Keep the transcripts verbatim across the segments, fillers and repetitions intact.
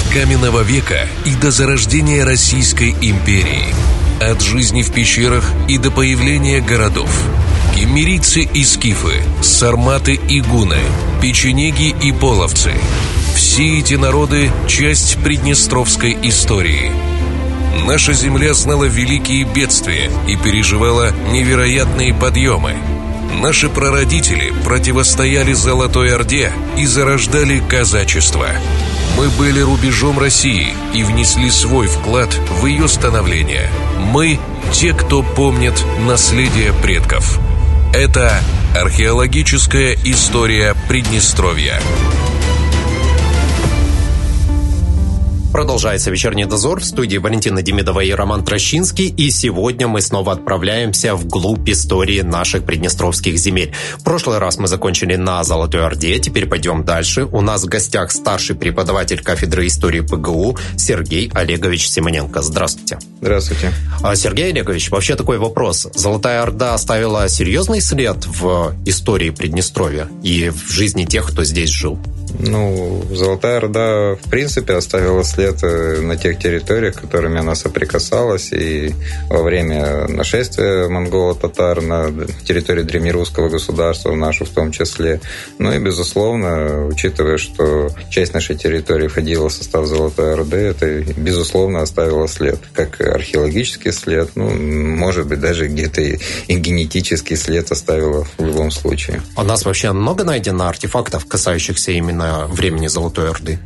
каменного века и до зарождения Российской империи. От жизни в пещерах и до появления городов. Киммерийцы и скифы, сарматы и гунны, печенеги и половцы. Все эти народы – часть приднестровской истории. Наша земля знала великие бедствия и переживала невероятные подъемы. Наши прародители противостояли Золотой Орде и зарождали казачество. Мы были рубежом России и внесли свой вклад в ее становление. Мы – те, кто помнит наследие предков. Это археологическая история Приднестровья. Продолжается «Вечерний дозор», в студии Валентина Демидова и Роман Трощинский. И сегодня мы снова отправляемся вглубь истории наших приднестровских земель. В прошлый раз мы закончили на Золотой Орде, теперь пойдем дальше. У нас в гостях старший преподаватель кафедры истории ПГУ Сергей Олегович Симоненко. Здравствуйте. Здравствуйте. Сергей Олегович, вообще такой вопрос. Золотая Орда оставила серьезный след в истории Приднестровья и в жизни тех, кто здесь жил? Ну, Золотая Орда, в принципе, оставила след на тех территориях, которыми она соприкасалась, и во время нашествия монголо-татар на территории древнерусского государства, в нашу в том числе. Ну и, безусловно, учитывая, что часть нашей территории входила в состав Золотой Орды, это, безусловно, оставило след, как археологический след, ну, может быть, даже где-то и генетический след оставило в любом случае. У нас вообще много найдено артефактов, касающихся именно времени Золотой Орды?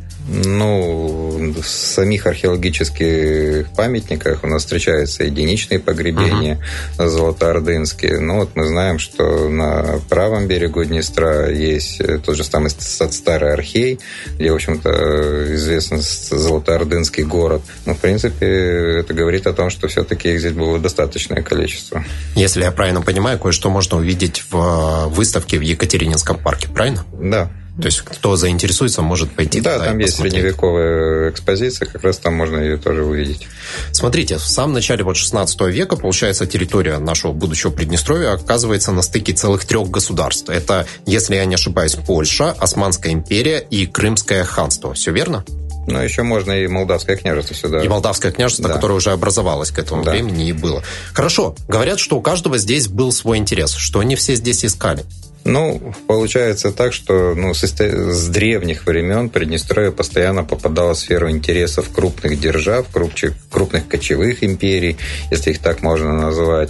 Ну, в самих археологических памятниках у нас встречаются единичные погребения uh-huh. золотоордынские. Ну, вот мы знаем, что на правом берегу Днестра есть тот же самый старый Архей, где, в общем-то, известен золотоордынский город. Но, в принципе, это говорит о том, что все-таки их здесь было достаточное количество. Если я правильно понимаю, кое-что можно увидеть в выставке в Екатерининском парке, правильно? Да. То есть, кто заинтересуется, может пойти да, туда. Да, там есть посмотреть. Средневековая экспозиция, как раз там можно ее тоже увидеть. Смотрите, в самом начале вот шестнадцатого века, получается, территория нашего будущего Приднестровья оказывается на стыке целых трех государств. Это, если я не ошибаюсь, Польша, Османская империя и Крымское ханство. Все верно? Ну, еще можно и Молдавское княжество сюда. И Молдавское княжество, да. Которое уже образовалось к этому да. времени и было. Хорошо. Говорят, что у каждого здесь был свой интерес. Что они все здесь искали? Ну, получается так, что ну, с, с древних времен Приднестровье постоянно попадало в сферу интересов крупных держав, крупчих, крупных кочевых империй, если их так можно назвать.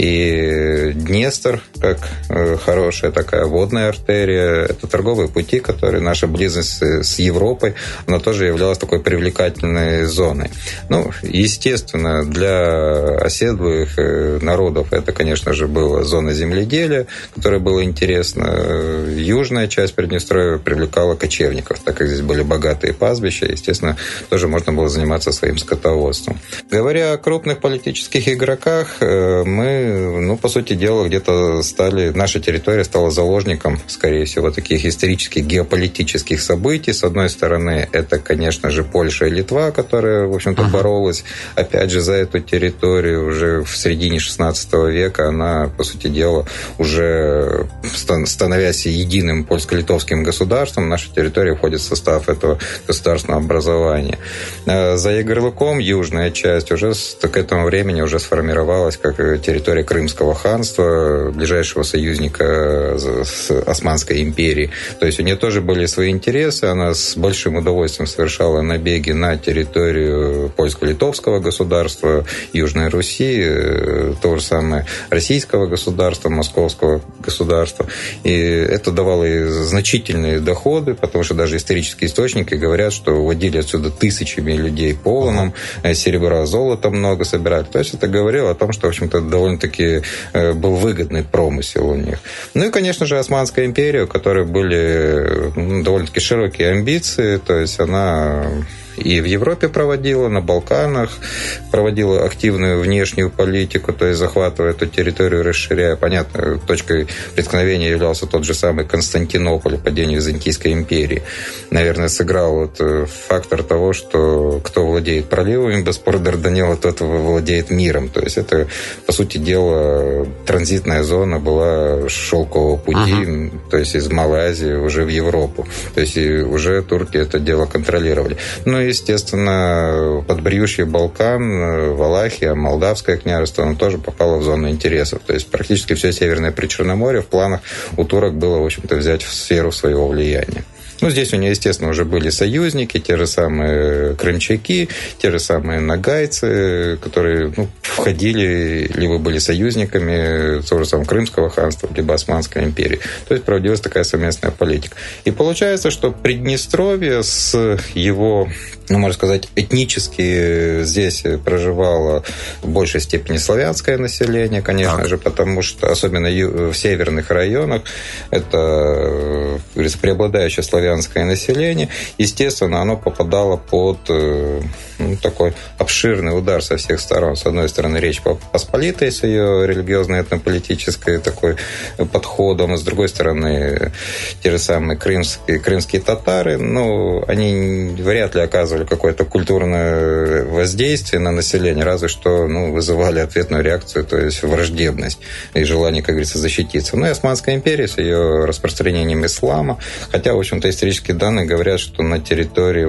И Днестр, как э, хорошая такая водная артерия, это торговые пути, которые наша близость с Европой, она тоже являлась такой привлекательной зоной. Ну, естественно, для оседлых народов это, конечно же, была зона земледелия, которая была интересна. Южная часть Приднестровья привлекала кочевников, так как здесь были богатые пастбища, естественно, тоже можно было заниматься своим скотоводством. Говоря о крупных политических игроках, мы, ну, по сути дела, где-то стали, наша территория стала заложником, скорее всего, таких исторических геополитических событий. С одной стороны, это, конечно же, Польша и Литва, которая, в общем-то, боролась, опять же, за эту территорию уже в середине шестнадцатого века. Она, по сути дела, уже становясь единым польско-литовским государством, наша территория входит в состав этого государственного образования. За ярлыком южная часть уже к этому времени уже сформировалась как территория Крымского ханства, ближайшего союзника с Османской империей. То есть у нее тоже были свои интересы, она с большим удовольствием совершала набеги на территорию польско-литовского государства, Южной Руси, то же самое российского государства, московского государства. И это давало ей значительные доходы, потому что даже исторические источники говорят, что уводили отсюда тысячами людей по волнам, серебра, золота много собирали. То есть это говорило о том, что, в общем-то, довольно-таки был выгодный промысел у них. Ну и, конечно же, Османская империя, у которой были ну, довольно-таки широкие амбиции, то есть она и в Европе проводила, на Балканах проводила активную внешнюю политику, то есть захватывая эту территорию, расширяя. Понятно, точкой преткновения являлся тот же самый Константинополь, падение Византийской империи. Наверное, сыграл вот фактор того, что кто владеет проливами Боспор Дарданелла, тот владеет миром. То есть это, по сути дела, транзитная зона была шелкового пути, uh-huh. то есть из Малой Азии уже в Европу. То есть и уже турки это дело контролировали. Ну и естественно, подбрюшье Балкан, Валахия, Молдавское княжество, оно тоже попало в зону интересов. То есть практически все Северное Причерноморье в планах у турок было, в общем-то, взять в сферу своего влияния. Ну, здесь у нее, естественно, уже были союзники, те же самые крымчаки, те же самые нагайцы, которые ну, входили, либо были союзниками того же самого Крымского ханства, либо Османской империи. То есть проводилась такая совместная политика. И получается, что Приднестровье с его, ну, можно сказать, этнически здесь проживало в большей степени славянское население, конечно так. же, потому что, особенно в северных районах, это, говорится, преобладающее славянское население, естественно, оно попадало под ну, такой обширный удар со всех сторон. С одной стороны, Речь Посполитая с ее религиозной этнополитической такой подходом, и с другой стороны, те же самые крымские, крымские татары, ну, они вряд ли оказывали какое-то культурное воздействие на население, разве что ну, вызывали ответную реакцию, то есть враждебность и желание, как говорится, защититься. Ну и Османская империя с ее распространением ислама, хотя, в общем-то, исторические данные говорят, что на территории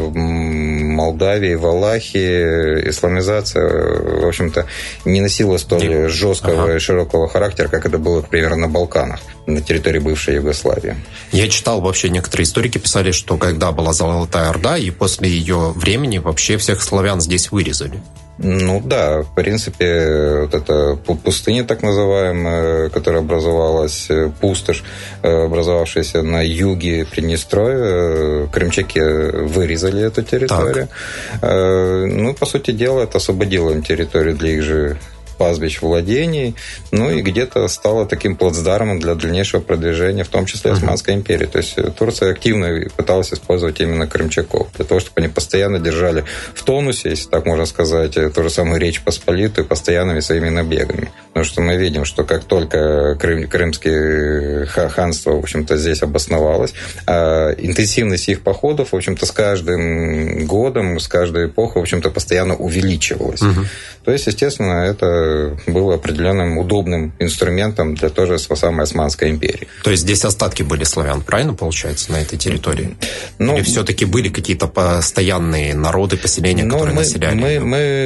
Молдавии, Валахии исламизация, в общем-то, не носила столь жесткого ага. и широкого характера, как это было, к примеру, на Балканах, на территории бывшей Югославии. Я читал, вообще некоторые историки писали, что когда была Золотая Орда, и после ее времени вообще всех славян здесь вырезали. Ну да, в принципе, вот эта пустыня так называемая, которая образовалась, пустошь, образовавшаяся на юге Приднестровья, крымчаки вырезали эту территорию. Так. Ну, по сути дела, это освободило им территорию для их же пастбищ, владений, ну и где-то стало таким плацдармом для дальнейшего продвижения, в том числе Османской империи. То есть Турция активно пыталась использовать именно крымчаков, для того, чтобы они постоянно держали в тонусе, если так можно сказать, ту же самую Речь Посполитую постоянными своими набегами. Потому что мы видим, что как только Крым, крымское ханство, в общем-то, здесь обосновалось, а интенсивность их походов, в общем-то, с каждым годом, с каждой эпохой, в общем-то, постоянно увеличивалась. Угу. То есть, естественно, это было определенным удобным инструментом для той же самой Османской империи. То есть здесь остатки были славян, правильно получается, на этой территории? Ну, или все-таки были какие-то постоянные народы, поселения, ну, которые мы, населяли? Мы,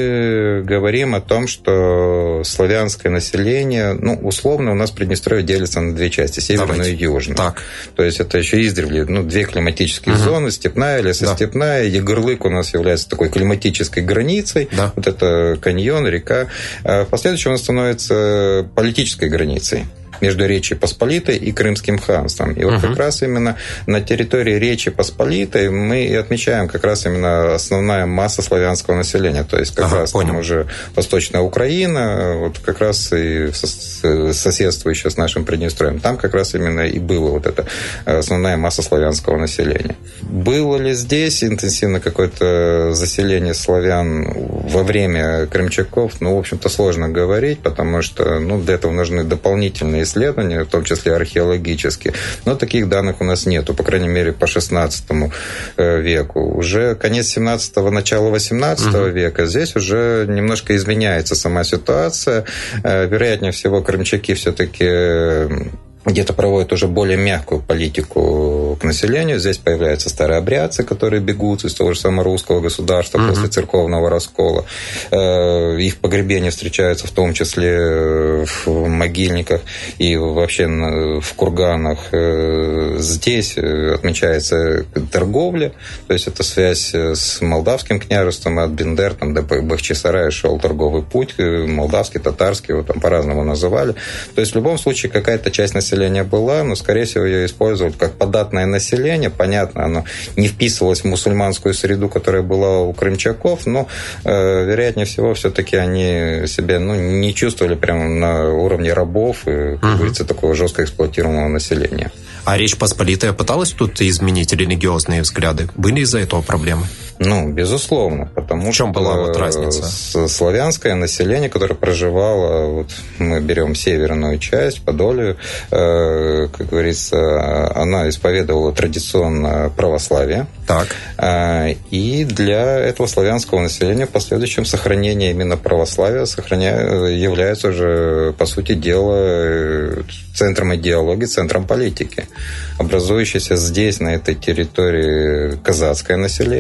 мы говорим о том, что славянское население, ну, условно, у нас Приднестровье делится на две части, северную Давайте. и южную. Так. То есть это еще издревле, ну, две климатические угу. зоны, степная, лесостепная. Да. Егорлык у нас является такой климатической границей. Да. Вот это каньон, река. В последующем он становится политической границей между Речью Посполитой и Крымским ханством. И вот uh-huh. как раз именно на территории Речи Посполитой мы и отмечаем как раз именно основная масса славянского населения. То есть как ага, раз понял. Там уже Восточная Украина, вот как раз и соседствующая с нашим Приднестровьем. Там как раз именно и была вот эта основная масса славянского населения. Было ли здесь интенсивно какое-то заселение славян во время крымчаков? Ну, в общем-то, сложно говорить, потому что ну, для этого нужны дополнительные исследования, в том числе археологические. Но таких данных у нас нету, по крайней мере, по шестнадцатому веку. Уже конец семнадцатого, начало восемнадцатого угу. века. Здесь уже немножко изменяется сама ситуация. Вероятнее всего, крымчаки все-таки где-то проводят уже более мягкую политику к населению. Здесь появляются старообрядцы, которые бегут из того же самого русского государства mm-hmm. после церковного раскола. Их погребения встречаются в том числе в могильниках и вообще в курганах. Здесь отмечается торговля, то есть это связь с молдавским княжеством, и от Бендер там, до Бахчисарая шел торговый путь, молдавский, татарский, его там по-разному называли. То есть в любом случае какая-то часть населения населения была, но, скорее всего, ее использовали как податное население. Понятно, оно не вписывалось в мусульманскую среду, которая была у крымчаков, но, э, вероятнее всего, все-таки они себя ну, не чувствовали прямо на уровне рабов и, как угу. говорится, такого жестко эксплуатируемого населения. А Речь Посполитая пыталась тут изменить религиозные взгляды? Были из-за этого проблемы? Ну, безусловно, потому в чем что была вот разница? Славянское население, которое проживало, вот мы берем северную часть, Подолью, э, как говорится, она исповедовала традиционно православие. Так. Э, и для этого славянского населения в последующем сохранение именно православия сохраня... является уже, по сути дела, центром идеологии, центром политики. Образующееся здесь, на этой территории, казацкое население, то есть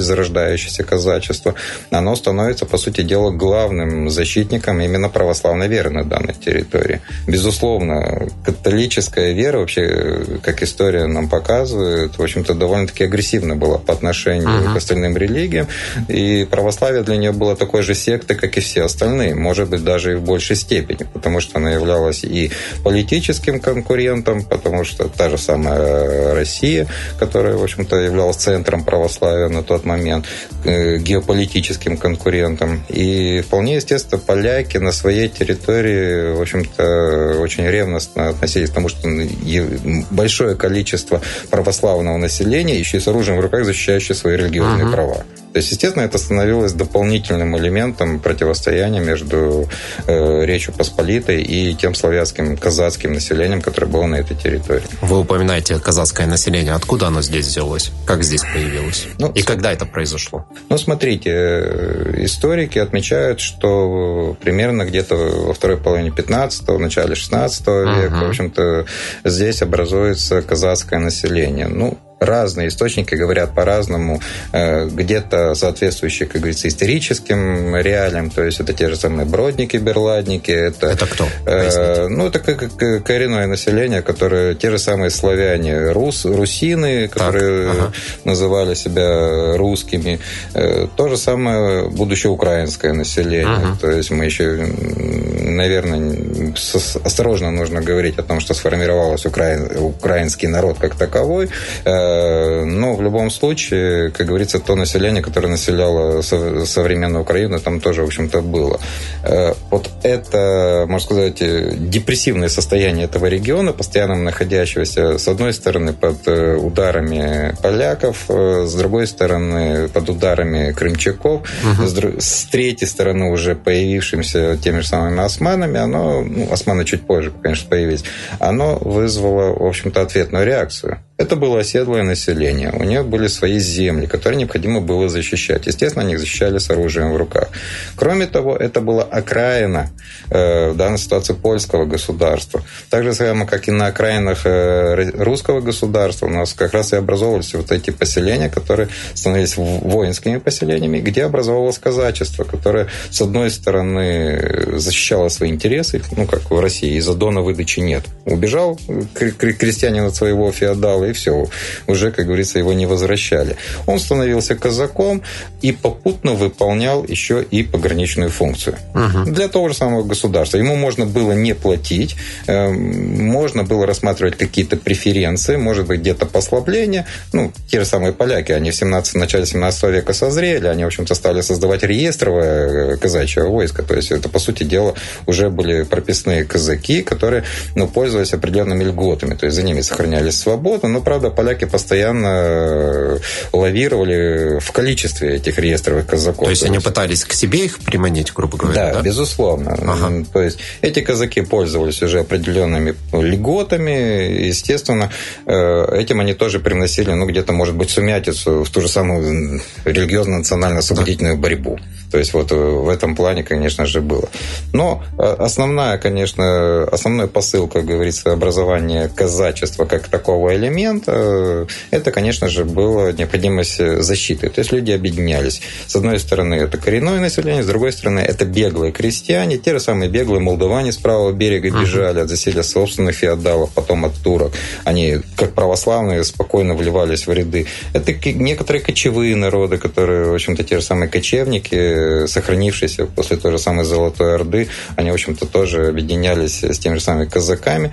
зарождающееся казачество, оно становится, по сути дела, главным защитником именно православной веры на данной территории. Безусловно, католическая вера, вообще, как история нам показывает, в общем-то, довольно-таки агрессивна была по отношению uh-huh. к остальным религиям, и православие для нее было такой же сектой, как и все остальные, может быть, даже и в большей степени, потому что она являлась и политическим конкурентом, потому что та же самая Россия, которая, в общем-то, являлась центром православия на тот момент, геополитическим конкурентом. И вполне естественно, поляки на своей территории, в общем-то, очень ревностно относились к тому, что большое количество православного населения еще и с оружием в руках, защищающее свои религиозные uh-huh. права. То есть, естественно, это становилось дополнительным элементом противостояния между э, Речью Посполитой и тем славянским казацким населением, которое было на этой территории. Вы упоминаете казацкое население. Откуда оно здесь взялось? Как здесь появилось? Ну, и когда это произошло? Ну, смотрите, историки отмечают, что примерно где-то во второй половине пятнадцатого, начале шестнадцатого uh-huh. века, в общем-то, здесь образуется казацкое население. Ну, разные источники говорят по-разному, где-то соответствующие, как говорится, историческим реалиям, то есть это те же самые бродники, берладники. Это, это кто? Э, ну, это коренное население, которое те же самые славяне, рус, русины, которые так, ага. называли себя русскими. То же самое будущее украинское население. Ага. То есть мы еще, наверное, осторожно нужно говорить о том, что сформировался украин, украинский народ как таковой. Но в любом случае, как говорится, то население, которое населяло современную Украину, там тоже, в общем-то, было. Вот это, можно сказать, депрессивное состояние этого региона, постоянно находящегося, с одной стороны, под ударами поляков, с другой стороны, под ударами крымчаков, угу. с третьей стороны, уже появившимся теми же самыми османами, оно, ну, османы чуть позже, конечно, появились, оно вызвало, в общем-то, ответную реакцию. Это было оседлое население. У них были свои земли, которые необходимо было защищать. Естественно, они их защищали с оружием в руках. Кроме того, это была окраина, э, в данной ситуации, польского государства. Так же самое, как и на окраинах э, русского государства, у нас как раз и образовывались вот эти поселения, которые становились воинскими поселениями, где образовалось казачество, которое, с одной стороны, защищало свои интересы, ну, как в России, из-за дона выдачи нет. Убежал крестьянин от своего феодала, и все. Уже, как говорится, его не возвращали. Он становился казаком и попутно выполнял еще и пограничную функцию. Угу. Для того же самого государства. Ему можно было не платить, можно было рассматривать какие-то преференции, может быть, где-то послабления. Ну, те же самые поляки, они в семнадцатом, начале семнадцатого века созрели, они, в общем-то, стали создавать реестровое казачье войско. То есть это, по сути дела, уже были прописные казаки, которые, ну, пользовались определенными льготами. То есть за ними сохранялись свободы. Но, правда, поляки постоянно лавировали в количестве этих реестровых казаков. То есть они пытались к себе их приманить, грубо говоря, да? Да, безусловно. Ага. То есть эти казаки пользовались уже определенными льготами. Естественно, этим они тоже привносили, ну, где-то, может быть, сумятицу в ту же самую религиозно-национально-освободительную борьбу. То есть вот в этом плане, конечно же, было. Но основная, конечно, основной посыл, как говорится, образования казачества как такого элемента, это, конечно же, была необходимость защиты. То есть люди объединялись. С одной стороны, это коренное население, с другой стороны, это беглые крестьяне, те же самые беглые молдаване с правого берега бежали от засилия собственных феодалов, потом от турок. Они, как православные, спокойно вливались в ряды. Это некоторые кочевые народы, которые, в общем-то, те же самые кочевники, сохранившиеся после той же самой Золотой Орды, они, в общем-то, тоже объединялись с теми же самыми казаками.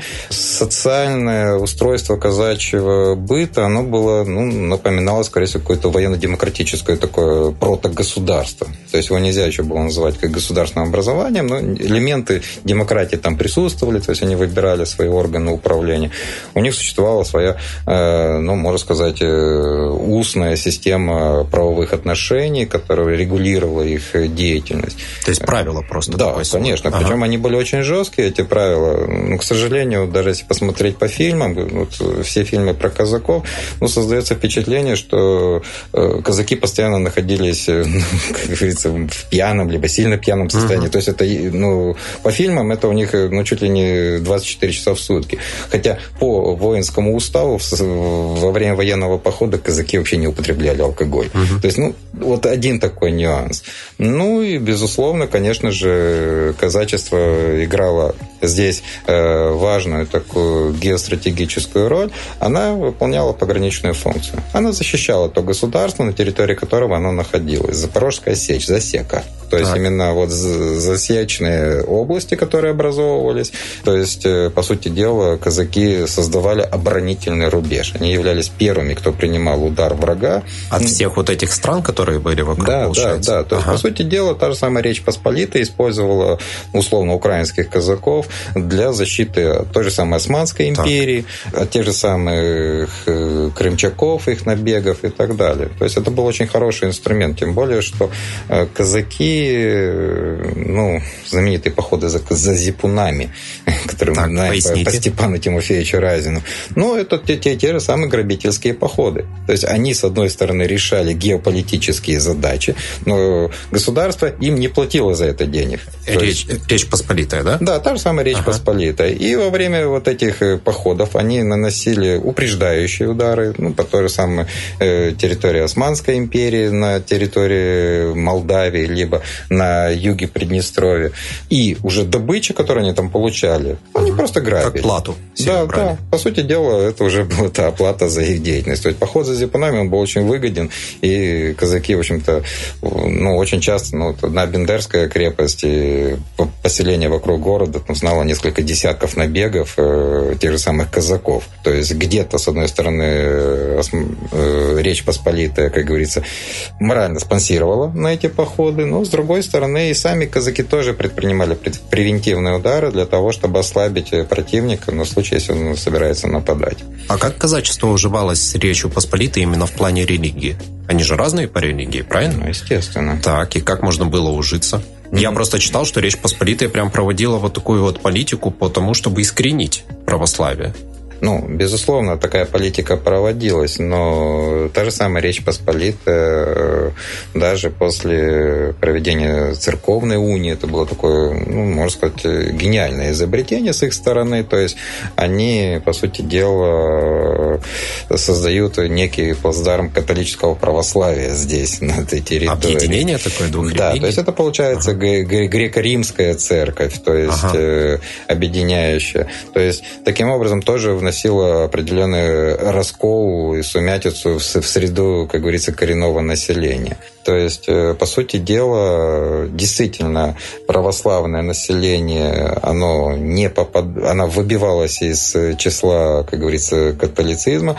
Социальное устройство казачьего быта, оно было, ну, напоминало, скорее всего, какое-то военно-демократическое такое протогосударство. То есть его нельзя еще было называть как государственным образованием, но элементы демократии там присутствовали, то есть они выбирали свои органы управления. У них существовала своя, ну, можно сказать, устная система правовых отношений, которая регулировала их их деятельность. То есть правила просто? Да, конечно. Ага. Причем они были очень жесткие, эти правила. Ну, к сожалению, даже если посмотреть по фильмам, вот, все фильмы про казаков, ну, создается впечатление, что казаки постоянно находились, как говорится, в пьяном, либо сильно пьяном состоянии. Uh-huh. То есть это, ну, по фильмам это у них, ну, чуть ли не двадцать четыре часа в сутки. Хотя по воинскому уставу во время военного похода казаки вообще не употребляли алкоголь. Uh-huh. То есть, ну, вот один такой нюанс. Ну и, безусловно, конечно же, казачество играло здесь важную такую геостратегическую роль. Она выполняла пограничную функцию. Она защищала то государство, на территории которого оно находилось. Запорожская сечь, засека. То есть так. именно вот засечные области, которые образовывались. То есть, по сути дела, казаки создавали оборонительный рубеж. Они являлись первыми, кто принимал удар врага. От всех вот этих стран, которые были вокруг, да, получается? Да, да. То ага. есть, по сути дела, та же самая Речь Посполитая использовала условно украинских казаков для защиты от той же самой Османской империи, так. от тех же самых крымчаков, их набегов и так далее. То есть, это был очень хороший инструмент. Тем более, что казаки, ну, знаменитые походы за, за зипунами, которые так, мы знаем по, по Степану Тимофеевичу Разину. Ну, это те, те, те же самые грабительские походы. То есть они, с одной стороны, решали геополитические задачи, но государство им не платило за это денег. Речь, есть, Речь Посполитая, да? Да, та же самая Речь ага. Посполитая. И во время вот этих походов они наносили упреждающие удары, ну, по той же самой э, территории Османской империи, на территории Молдавии, либо на юге Приднестровья. И уже добыча, которую они там получали, они угу. просто грабили. Как плату. Да, брали. Да. По сути дела, это уже была та оплата за их деятельность. То есть поход за зипунами, он был очень выгоден. И казаки, в общем-то, ну, очень часто, ну, одна Бендерская крепость и поселение вокруг города там знало несколько десятков набегов э, тех же самых казаков. То есть где-то, с одной стороны, э, э, Речь Посполитая, как говорится, морально спонсировала на эти походы, но, с другой стороны, и сами казаки тоже предпринимали превентивные удары для того, чтобы ослабить противника на случай, если он собирается нападать. А как казачество уживалось с Речью Посполитой именно в плане религии? Они же разные по религии, правильно? Ну, естественно. Так, и как можно было ужиться? Mm-hmm. Я просто читал, что Речь Посполитая прям проводила вот такую вот политику по тому, чтобы искоренить православие. Ну, безусловно, такая политика проводилась, но та же самая Речь Посполитая, даже после проведения церковной унии, это было такое, ну, можно сказать, гениальное изобретение с их стороны. То есть они, по сути дела, создают некий плацдарм католического православия здесь, на этой территории. Объединение такое двух религий? Да, то есть это получается ага. греко-римская церковь, то есть ага. объединяющая. То есть таким образом тоже вносит носила определенный раскол и сумятицу в среду, как говорится, коренного населения. То есть, по сути дела, действительно, православное население, оно, не попад... оно выбивалось из числа, как говорится, католицизма,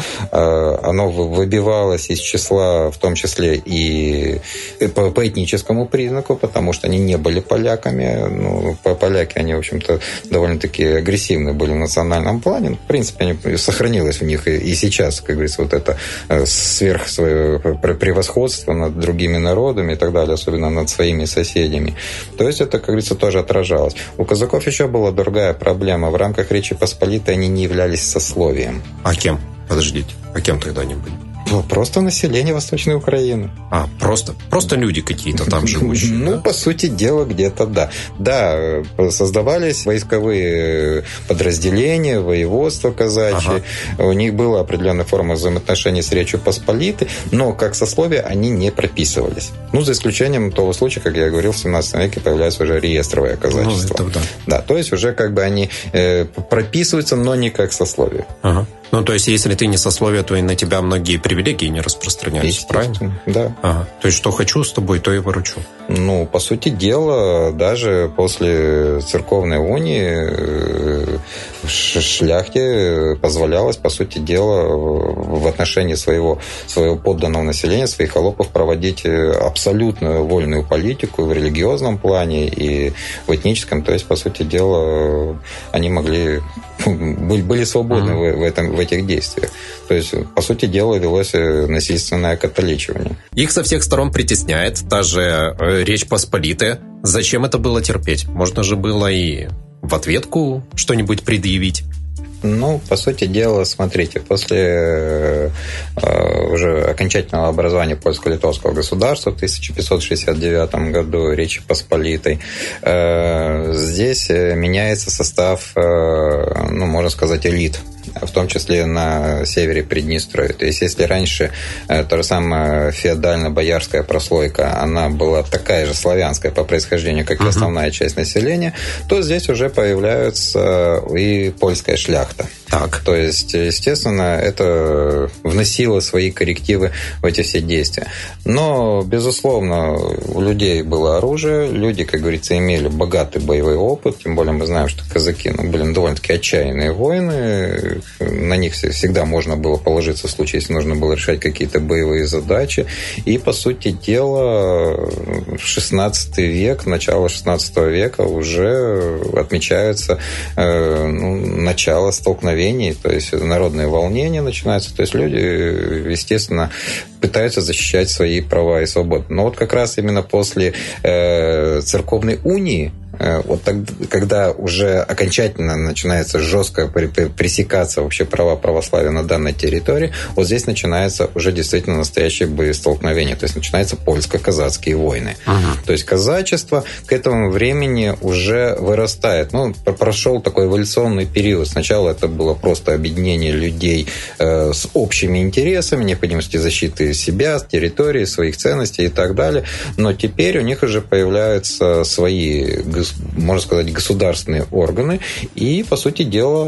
оно выбивалось из числа, в том числе и по, по этническому признаку, потому что они не были поляками. Ну, поляки, они, в общем-то, довольно-таки агрессивны были в национальном плане. В принципе, они, сохранилось в них и сейчас, как говорится, вот это сверх свое превосходство над другими народами и так далее, особенно над своими соседями. То есть это, как говорится, тоже отражалось. У казаков еще была другая проблема. В рамках Речи Посполитой они не являлись сословием. А кем? Подождите. А кем тогда они были? Просто население Восточной Украины. А, просто, просто люди какие-то там живущие? Ну, да? По сути дела, где-то да. Да, создавались войсковые подразделения, воеводства казачьи. Ага. У них была определенная форма взаимоотношений с Речью Посполитой, но как сословие они не прописывались. Ну, за исключением того случая, как я говорил, в семнадцатом веке появляется уже реестровое казачество. Ну, это, да. Да, то есть уже как бы они э, прописываются, но не как сословие. Ага. Ну, то есть, если ты не сословие, то и на тебя многие привилегии не распространяются, правильно? Да. Ага. То есть, что хочу с тобой, то и выручу. Ну, по сути дела, даже после церковной унии шляхте позволялось, по сути дела, в отношении своего, своего подданного населения, своих холопов проводить абсолютно вольную политику в религиозном плане и в этническом. То есть, по сути дела, они могли были, были свободны mm-hmm. в, в, этом, в этих действиях. То есть, по сути дела, велось насильственное католичивание. Их со всех сторон притесняет та же Речь Посполитая. Зачем это было терпеть? Можно же было и в ответку что-нибудь предъявить. Ну, по сути дела, смотрите, после э, уже окончательного образования польско-литовского государства в тысяча пятьсот шестьдесят девятом году Речи Посполитой, э, здесь меняется состав, э, ну, можно сказать, элит, в том числе на севере Приднестровья. То есть, если раньше э, та же самая феодально-боярская прослойка, она была такая же славянская по происхождению, как и основная часть населения, то здесь уже появляются и польская шляхта. Так. То есть, естественно, это вносило свои коррективы в эти все действия. Но, безусловно, у людей было оружие, люди, как говорится, имели богатый боевой опыт, тем более мы знаем, что казаки, ну, были довольно-таки отчаянные воины, на них всегда можно было положиться в случае, если нужно было решать какие-то боевые задачи. И, по сути дела, шестнадцатый век, начало шестнадцатого века уже отмечается э, ну, начало столкновений, то есть народные волнения начинаются, то есть люди, естественно, пытаются защищать свои права и свободы. Но вот как раз именно после э, церковной унии, вот тогда, когда уже окончательно начинается жестко пресекаться вообще права православия на данной территории, вот здесь начинается уже действительно настоящее боестолкновение. То есть начинаются польско-казацкие войны. Ага. То есть казачество к этому времени уже вырастает. Ну, прошел такой эволюционный период. Сначала это было просто объединение людей э, с общими интересами, необходимостью защиты себя, территории, своих ценностей и так далее. Но теперь у них уже появляются свои, можно сказать, государственные органы, и, по сути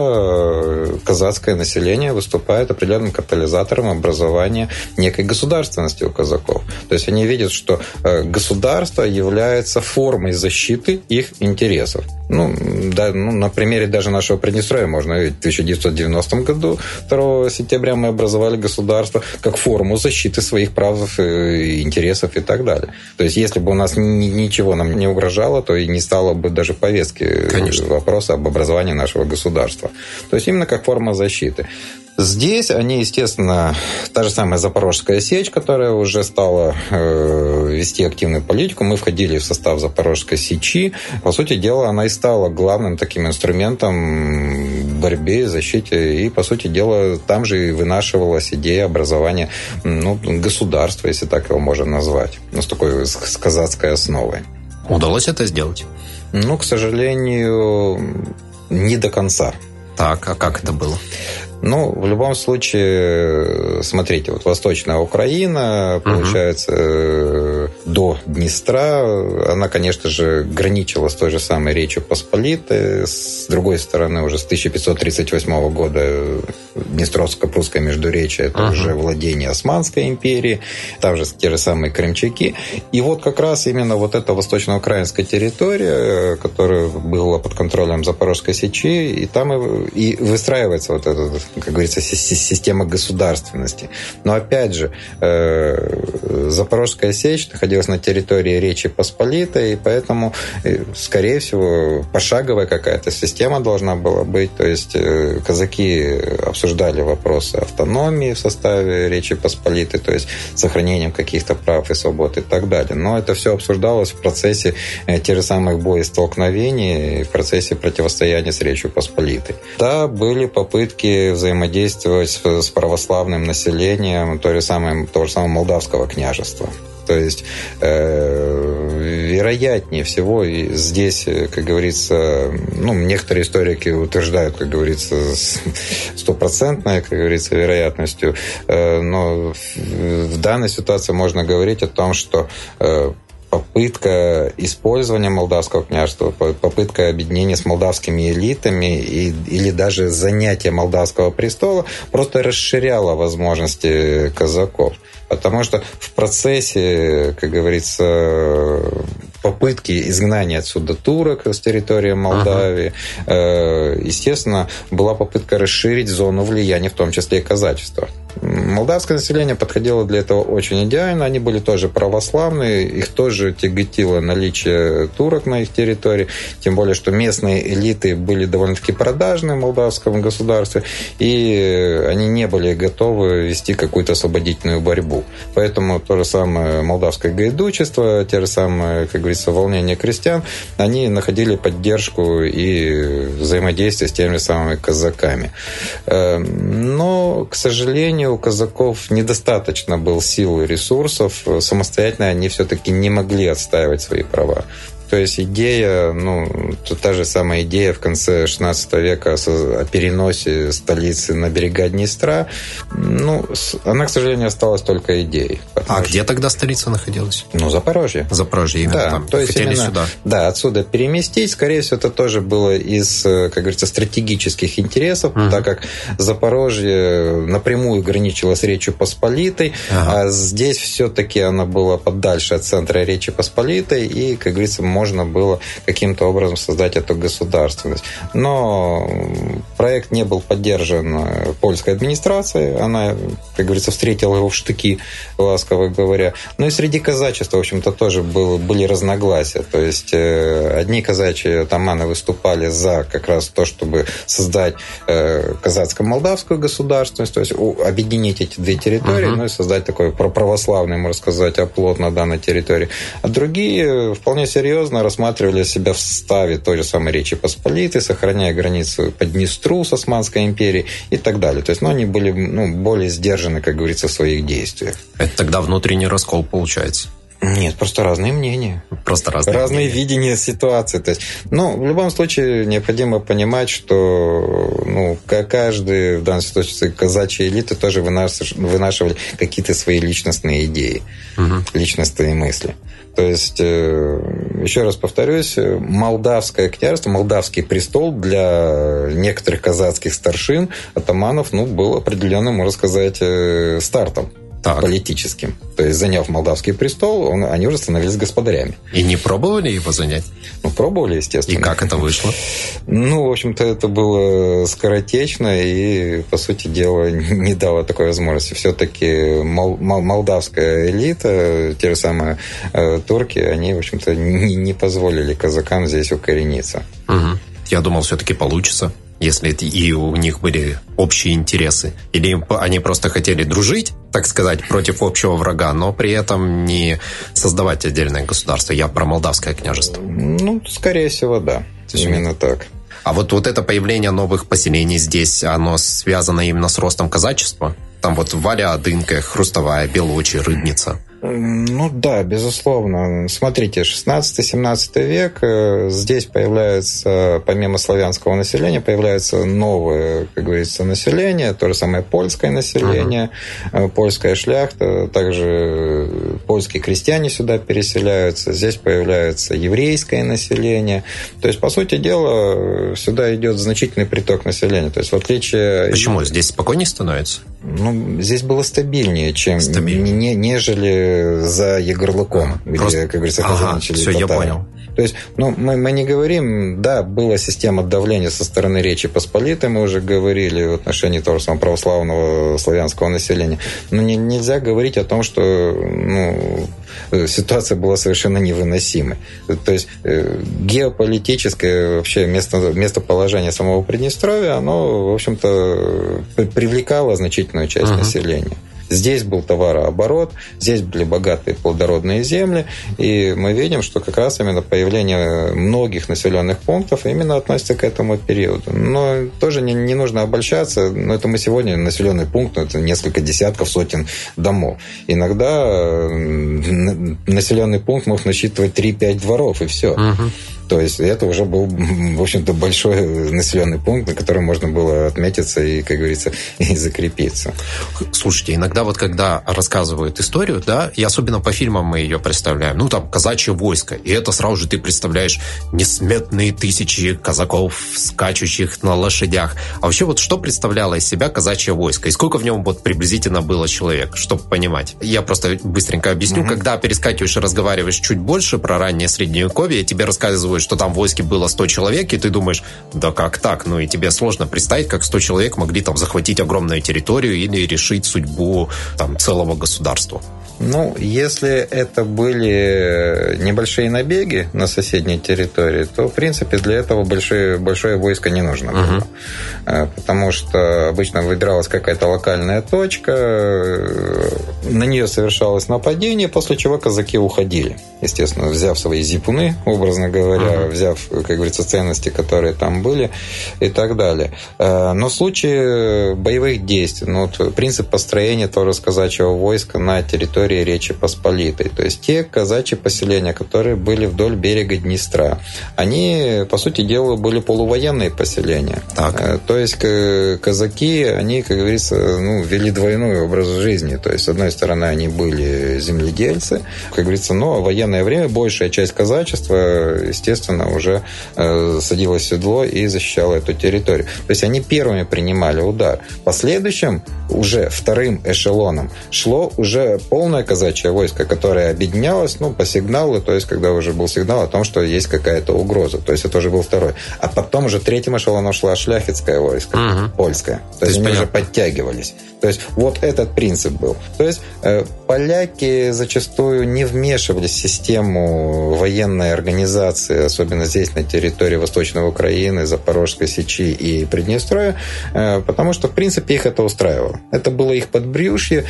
дела, казацкое население выступает определенным катализатором образования некой государственности у казаков. То есть они видят, что государство является формой защиты их интересов. Ну, да, ну, на примере даже нашего Приднестровья можно видеть. В тысяча девятьсот девяностом году, второго сентября, мы образовали государство как форму защиты своих прав, интересов и так далее. То есть если бы у нас ничего нам не угрожало, то и не стало бы даже повестки Конечно. Вопроса об образовании нашего государства. То есть именно как форма защиты. Здесь они, естественно, та же самая Запорожская сечь, которая уже стала э, вести активную политику. Мы входили в состав Запорожской сечи. По сути дела, она и стала главным таким инструментом борьбы, защиты. И, по сути дела, там же и вынашивалась идея образования ну, государства, если так его можно назвать. Ну, с такой с казацкой основой. Удалось это сделать? Ну, к сожалению, не до конца. Так, а как это было? Ну, в любом случае, смотрите, вот Восточная Украина, получается, uh-huh. до Днестра, она, конечно же, граничила с той же самой Речью Посполитой. С другой стороны, уже с тысяча пятьсот тридцать восьмого года Днестровско-Прусское междуречие, это uh-huh. уже владение Османской империи, там же те же самые крымчаки. И вот как раз именно вот эта восточноукраинская территория, которая была под контролем Запорожской сечи, и там и, и выстраивается вот этот, как говорится, система государственности. Но опять же, Запорожская сечь находилась на территории Речи Посполитой, и поэтому, скорее всего, пошаговая какая-то система должна была быть. То есть казаки обсуждали вопросы автономии в составе Речи Посполитой, то есть сохранением каких-то прав и свобод и так далее. Но это все обсуждалось в процессе тех же самых боестолкновений, в процессе противостояния с Речью Посполитой. Да, были попытки взаимодействовать с православным населением того же самого, того же самого Молдавского княжества. То есть, э, вероятнее всего, здесь, как говорится, ну, некоторые историки утверждают, как говорится, с стопроцентной, как говорится, вероятностью, э, но в данной ситуации можно говорить о том, что э, попытка использования молдавского княжества, попытка объединения с молдавскими элитами и, или даже занятия молдавского престола просто расширяла возможности казаков. Потому что в процессе, как говорится, попытки изгнания отсюда турок с территории Молдавии, ага. естественно, была попытка расширить зону влияния, в том числе и казачества. Молдавское население подходило для этого очень идеально. Они были тоже православные, их тоже тяготило наличие турок на их территории, тем более, что местные элиты были довольно-таки продажные в молдавском государстве, и они не были готовы вести какую-то освободительную борьбу. Поэтому то же самое молдавское гайдучество, те же самые, как говорится, волнения крестьян, они находили поддержку и взаимодействие с теми же самыми казаками. Но, к сожалению, у казаков недостаточно было сил и ресурсов. Самостоятельно они все-таки не могли отстаивать свои права. То есть идея, ну, та же самая идея в конце шестнадцатого века о переносе столицы на берега Днестра, ну, она, к сожалению, осталась только идеей. А что... где тогда столица находилась? Ну, Запорожье. Запорожье, именно да, там. То есть хотели именно, сюда. Да, отсюда переместить. Скорее всего, это тоже было из, как говорится, стратегических интересов, uh-huh. так как Запорожье напрямую граничило с Речью Посполитой, uh-huh. а здесь все-таки она была подальше от центра Речи Посполитой, и, как говорится, можно было каким-то образом создать эту государственность. Но проект не был поддержан польской администрацией. Она, как говорится, встретила его в штыки, ласково говоря. Но и среди казачества, в общем-то, тоже был, были разногласия. То есть одни казачьи атаманы выступали за как раз то, чтобы создать казацко-молдавскую государственность, то есть объединить эти две территории, uh-huh. ну и создать такой православный, можно сказать, оплот на данной территории. А другие вполне серьезно рассматривали себя в составе той же самой Речи Посполитой, сохраняя границу по Днестру с Османской империей и так далее. То есть, ну, они были, ну, более сдержаны, как говорится, в своих действиях. Это тогда внутренний раскол получается? Нет, просто разные мнения. Просто разные Разные мнения. видения ситуации. То есть, ну, в любом случае, необходимо понимать, что ну, каждый, в данной ситуации, казачьи элиты тоже вынашивали какие-то свои личностные идеи, угу. личностные мысли. То есть, еще раз повторюсь, молдавское княжество, молдавский престол для некоторых казацких старшин, атаманов, ну, был определенным, можно сказать, стартом. Так. Политическим. То есть, заняв молдавский престол, он, они уже становились господарями. И не пробовали его занять? Ну, пробовали, естественно. И как это вышло? Ну, в общем-то, это было скоротечно и, по сути дела, не дало такой возможности. Все-таки мол- мол- молдавская элита, те же самые э, турки, они, в общем-то, не, не позволили казакам здесь укорениться. Угу. Я думал, все-таки получится. Если и у них были общие интересы. Или они просто хотели дружить, так сказать, против общего врага, но при этом не создавать отдельное государство. Я про молдавское княжество. Ну, скорее всего, да. Именно так. А вот, вот это появление новых поселений здесь, оно связано именно с ростом казачества? Там вот Валя, Дынка, Хрустовая, Белочи, Рыбница. Ну да, безусловно. Смотрите, шестнадцатый-семнадцатый век, здесь появляется, помимо славянского населения, появляется новое, как говорится, население, то же самое польское население, uh-huh. польская шляхта, также польские крестьяне сюда переселяются, здесь появляется еврейское население. То есть, по сути дела, сюда идет значительный приток населения. То есть, в отличие... Почему? Здесь спокойнее становится? Ну, здесь было стабильнее, чем стабильнее. Не, нежели за Егорлыком, где, Просто... как говорится, ага, хозяйничали все, татары. Я понял. То есть, ну, мы, мы не говорим, да, была система давления со стороны Речи Посполитой, мы уже говорили в отношении того же самого православного славянского населения, но не, нельзя говорить о том, что ну, ситуация была совершенно невыносимой. То есть, геополитическое вообще место, местоположение самого Приднестровья, оно, в общем-то, привлекало значительную часть uh-huh. населения. Здесь был товарооборот, здесь были богатые плодородные земли, и мы видим, что как раз именно появление многих населенных пунктов именно относится к этому периоду. Но тоже не, не нужно обольщаться, но это мы сегодня населенный пункт, это несколько десятков, сотен домов. Иногда населенный пункт мог насчитывать три-пять дворов, и все. Uh-huh. То есть это уже был, в общем-то, большой населенный пункт, на котором можно было отметиться и, как говорится, и закрепиться. Слушайте, иногда вот когда рассказывают историю, да, и особенно по фильмам мы ее представляем, ну, там, казачье войско, и это сразу же ты представляешь несметные тысячи казаков, скачущих на лошадях. А вообще вот что представляло из себя казачье войско? И сколько в нем вот приблизительно было человек, чтобы понимать? Я просто быстренько объясню. Mm-hmm. Когда перескакиваешь и разговариваешь чуть больше про раннее Средневековье, тебе рассказывают рассказывают, что там в войске было сто человек, и ты думаешь, да как так? Ну и тебе сложно представить, как сто человек могли там захватить огромную территорию или решить судьбу там целого государства. Ну, если это были небольшие набеги на соседней территории, то, в принципе, для этого большое, большое войско не нужно было. Uh-huh. Потому что обычно выбиралась какая-то локальная точка, на нее совершалось нападение, после чего казаки уходили. Естественно, взяв свои зипуны, образно говоря, uh-huh. взяв, как говорится, ценности, которые там были и так далее. Но в случае боевых действий, ну, вот принцип построения того же казачьего войска на территории Речи Посполитой. То есть те казачьи поселения, которые были вдоль берега Днестра, они, по сути дела, были полувоенные поселения. Так. То есть казаки, они, как говорится, ну, вели двойной образ жизни. То есть, с одной стороны, они были земледельцы, как говорится, но в военное время большая часть казачества, естественно, уже садилась в седло и защищала эту территорию. То есть они первыми принимали удар. В последующем, уже вторым эшелоном, шло уже полное казачье войско, которое объединялось, ну, по сигналу, то есть, когда уже был сигнал о том, что есть какая-то угроза. То есть, это уже был второй. А потом уже третьим эшелоном шла шляхетское войско, угу. польское. То, то есть, они понятно. Уже подтягивались. То есть, вот этот принцип был. То есть, э, поляки зачастую не вмешивались в систему военной организации, особенно здесь, на территории Восточной Украины, Запорожской Сечи и Приднестровья, э, потому что, в принципе, их это устраивало. Это было их подбрюшье,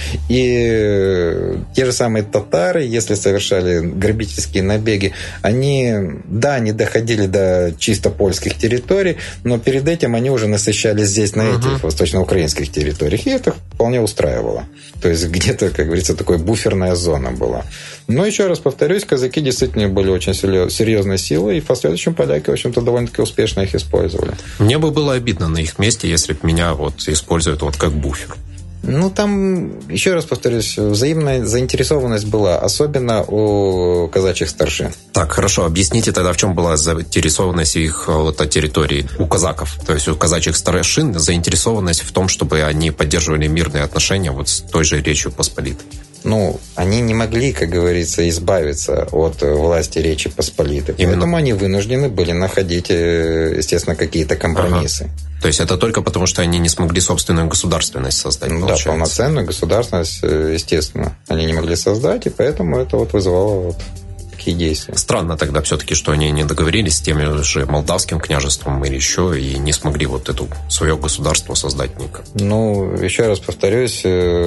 и те же самые татары, если совершали грабительские набеги, они, да, не доходили до чисто польских территорий, но перед этим они уже насыщались здесь, на uh-huh. этих восточноукраинских территориях, и это вполне устраивало. То есть где-то, как говорится, такая буферная зона была. Но еще раз повторюсь, казаки действительно были очень серьезной силой, и в последующем поляки, в общем-то, довольно-таки успешно их использовали. Мне бы было обидно на их месте, если бы меня вот используют вот как буфер. Ну, там, еще раз повторюсь, взаимная заинтересованность была, особенно у казачьих старшин. Так, хорошо, объясните тогда, в чем была заинтересованность их вот, от территории у казаков. То есть у казачьих старшин заинтересованность в том, чтобы они поддерживали мирные отношения вот с той же Речью Посполитой. Ну, они не могли, как говорится, избавиться от власти Речи Посполитой. Именно. Поэтому они вынуждены были находить, естественно, какие-то компромиссы. Ага. То есть это только потому, что они не смогли собственную государственность создать, ну, получается? Да, полноценную государственность, естественно, они не могли создать, и поэтому это вот вызывало вот такие действия. Странно тогда все-таки, что они не договорились с тем же Молдавским княжеством или еще, и не смогли вот это свое государство создать никак. Ну, еще раз повторюсь,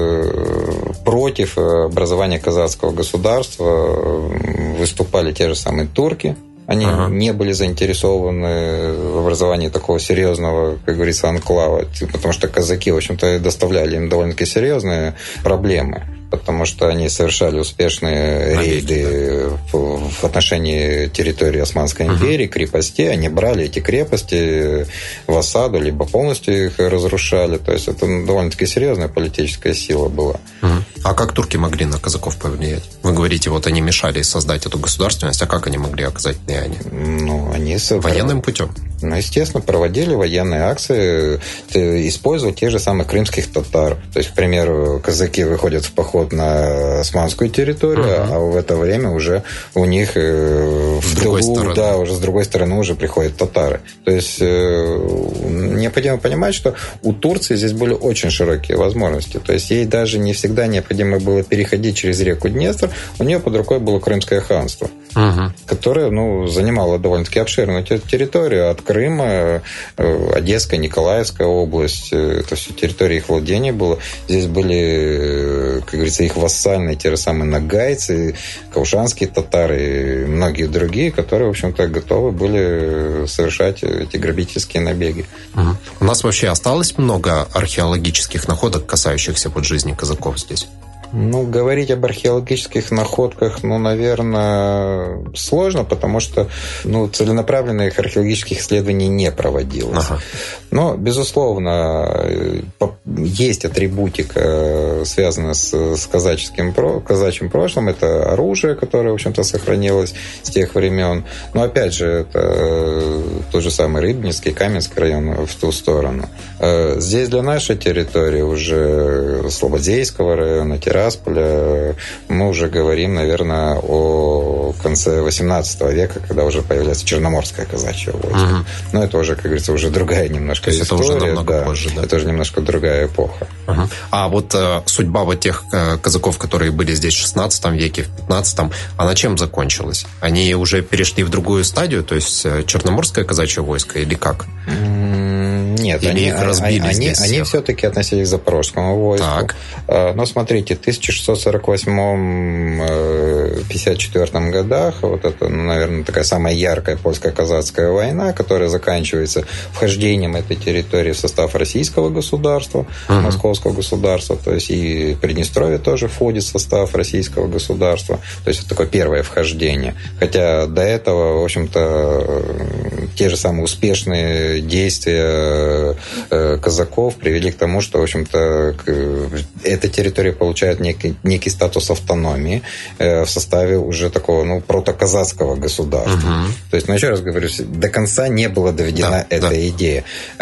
против образования казацкого государства выступали те же самые турки. Они ага. не были заинтересованы в образовании такого серьезного, как говорится, анклава, потому что казаки, в общем-то, доставляли им довольно-таки серьезные проблемы, потому что они совершали успешные Навеки, рейды да. в, в отношении территории Османской империи, угу. крепостей. Они брали эти крепости в осаду, либо полностью их разрушали. То есть это довольно-таки серьезная политическая сила была. Угу. А как турки могли на казаков повлиять? Вы говорите, вот они мешали создать эту государственность, а как они могли оказать влияние? Ну, они... Военным путем? Ну, естественно, проводили военные акции, использовали тех же самых крымских татар. То есть, к примеру, казаки выходят в поход на османскую территорию, uh-huh. а в это время уже у них в тылу, да, уже с другой стороны уже приходят татары. То есть необходимо понимать, что у Турции здесь были очень широкие возможности. То есть ей даже не всегда необходимо было переходить через реку Днестр. У нее под рукой было Крымское ханство, uh-huh. которое, ну, занимало довольно-таки обширную территорию от Крыма, Одесская, Николаевская область, это все территория их владения было. Здесь были, как говорится, их вассальные, те же самые нагайцы, каушанские татары и многие другие, которые, в общем-то, готовы были совершать эти грабительские набеги. Угу. У нас вообще осталось много археологических находок, касающихся вот жизни казаков здесь? Ну, говорить об археологических находках, ну, наверное, сложно, потому что, ну, целенаправленных археологических исследований не проводилось. Ага. Но, безусловно, есть атрибутика, связанная с, с казаческим, казачьим прошлым. Это оружие, которое, в общем-то, сохранилось с тех времен. Но, опять же, это тот же самый Рыбницкий, Каменский район в ту сторону. Здесь для нашей территории уже Слободейского района, Тирасполя, мы уже говорим, наверное, о конце восемнадцатого века, когда уже появляется Черноморское казачье войско. Угу. Но это уже, как говорится, уже другая немножко То есть история. Это уже намного да, позже, да? Это уже немножко другая эпоха. Угу. А вот э, судьба вот тех э, казаков, которые были здесь в шестнадцатом веке, в пятнадцатом, она чем закончилась? Они уже перешли в другую стадию, то есть э, Черноморское казачье войско или как? Нет, Или они, их разбили они, здесь они все-таки относились к Запорожскому войску. Так. Но смотрите, в тысяча шестьсот сорок восьмом — пятьдесят четвёртом годах, вот это, наверное, такая самая яркая польско-казацкая война, которая заканчивается вхождением этой территории в состав российского государства, uh-huh. московского государства, то есть и Приднестровье тоже входит в состав российского государства. То есть это такое первое вхождение. Хотя до этого, в общем-то, те же самые успешные действия казаков привели к тому, что, в общем-то, эта территория получает некий, некий статус автономии в составе уже такого, ну, протоказацкого государства. Угу. То есть, ну, еще раз говорю, до конца не была доведена да, эта да. идея.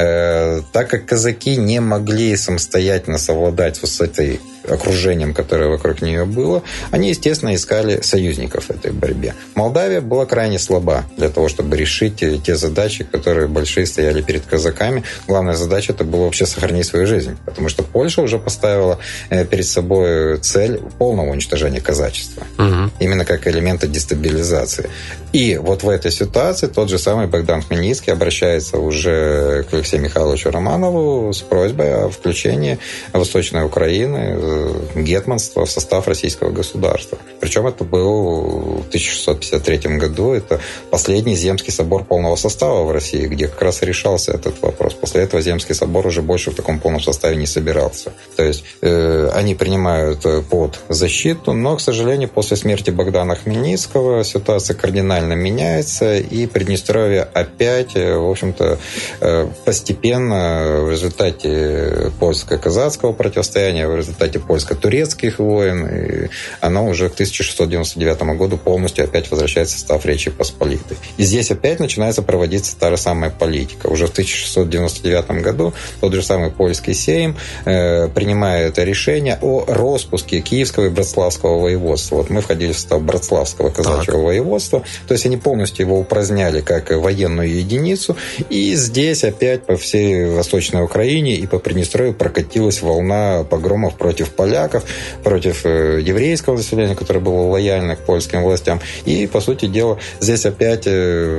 Так как казаки не могли самостоятельно совладать вот с этой окружением, которое вокруг нее было, они, естественно, искали союзников в этой борьбе. Молдавия была крайне слаба для того, чтобы решить те задачи, которые большие стояли перед казаками. Главная задача это было вообще сохранить свою жизнь, потому что Польша уже поставила перед собой цель полного уничтожения казачества. Угу. Именно как элемента дестабилизации. И вот в этой ситуации тот же самый Богдан Хмельницкий обращается уже к Алексею Михайловичу Романову с просьбой о включении Восточной Украины, гетманства в состав российского государства. Причем это был в тысяча шестьсот пятьдесят третьем году, это последний Земский собор полного состава в России, где как раз решался этот вопрос. После этого Земский собор уже больше в таком полном составе не собирался. То есть э, они принимают под защиту, но, к сожалению, после смерти Богдана Хмельницкого ситуация кардинально меняется, и Приднестровье опять, в общем-то, э, постепенно в результате польско-казацкого противостояния, в результате польско-турецких войн, и оно уже к тысяча шестьсот девяносто девятому году полностью опять возвращается в состав Речи Посполитой. И здесь опять начинается проводиться та же самая политика. Уже в тысяча шестьсот девяносто девятом году тот же самый польский сейм э, принимает решение о распуске Киевского и Братславского воеводства. Вот мы входили в состав Братславского казачьего так. воеводства, то есть они полностью его упраздняли как военную единицу, и здесь опять по всей Восточной Украине и по Приднестровью прокатилась волна погромов против поляков, против еврейского населения, которое было лояльно к польским властям. И, по сути дела, здесь опять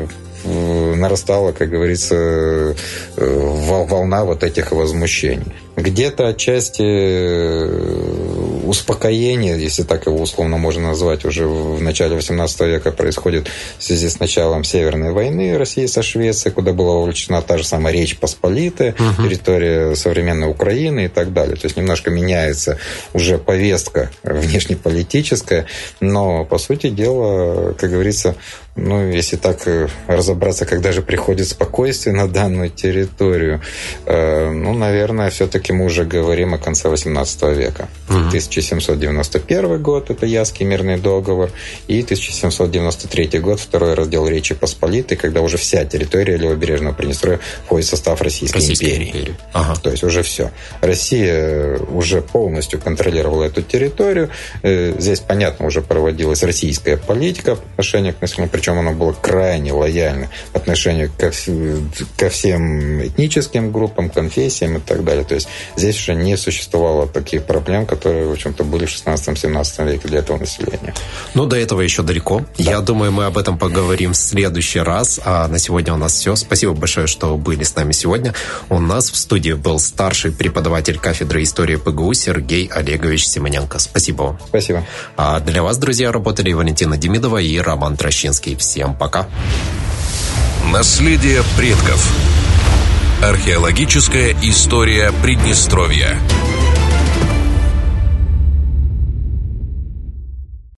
нарастала, как говорится, волна вот этих возмущений. Где-то отчасти успокоение, если так его условно можно назвать, уже в начале восемнадцатого века происходит в связи с началом Северной войны России со Швецией, куда была вовлечена та же самая Речь Посполитая, uh-huh. территория современной Украины и так далее. То есть немножко меняется уже повестка внешнеполитическая, но, по сути дела, как говорится, ну, если так разобраться, когда же приходит спокойствие на данную территорию, э, ну, наверное, все-таки мы уже говорим о конце восемнадцатого века. Uh-huh. тысяча семьсот девяносто первый год – это Ясский мирный договор, и тысяча семьсот девяносто третий год – второй раздел Речи Посполитой, когда уже вся территория левобережного Приднестровья входит в состав Российской, Российской империи. империи. Ага. То есть уже все. Россия уже полностью контролировала эту территорию. Здесь, понятно, уже проводилась российская политика по отношению к населению, причем она была крайне лояльна по отношению ко, ко всем этническим группам, конфессиям и так далее. То есть здесь уже не существовало таких проблем, которые, в общем-то, были в шестнадцатом-семнадцатом веке для этого населения. Ну, до этого еще далеко. Да. Я думаю, мы об этом поговорим в следующий раз. А на сегодня у нас все. Спасибо большое, что были с нами сегодня. У нас в студии был старший преподаватель кафедры истории ПГУ Сергей Олегович Симоненко. Спасибо вам. Спасибо. А для вас, друзья, работали Валентина Демидова и Роман Трощинский. Всем пока. Наследие предков. Археологическая история Приднестровья.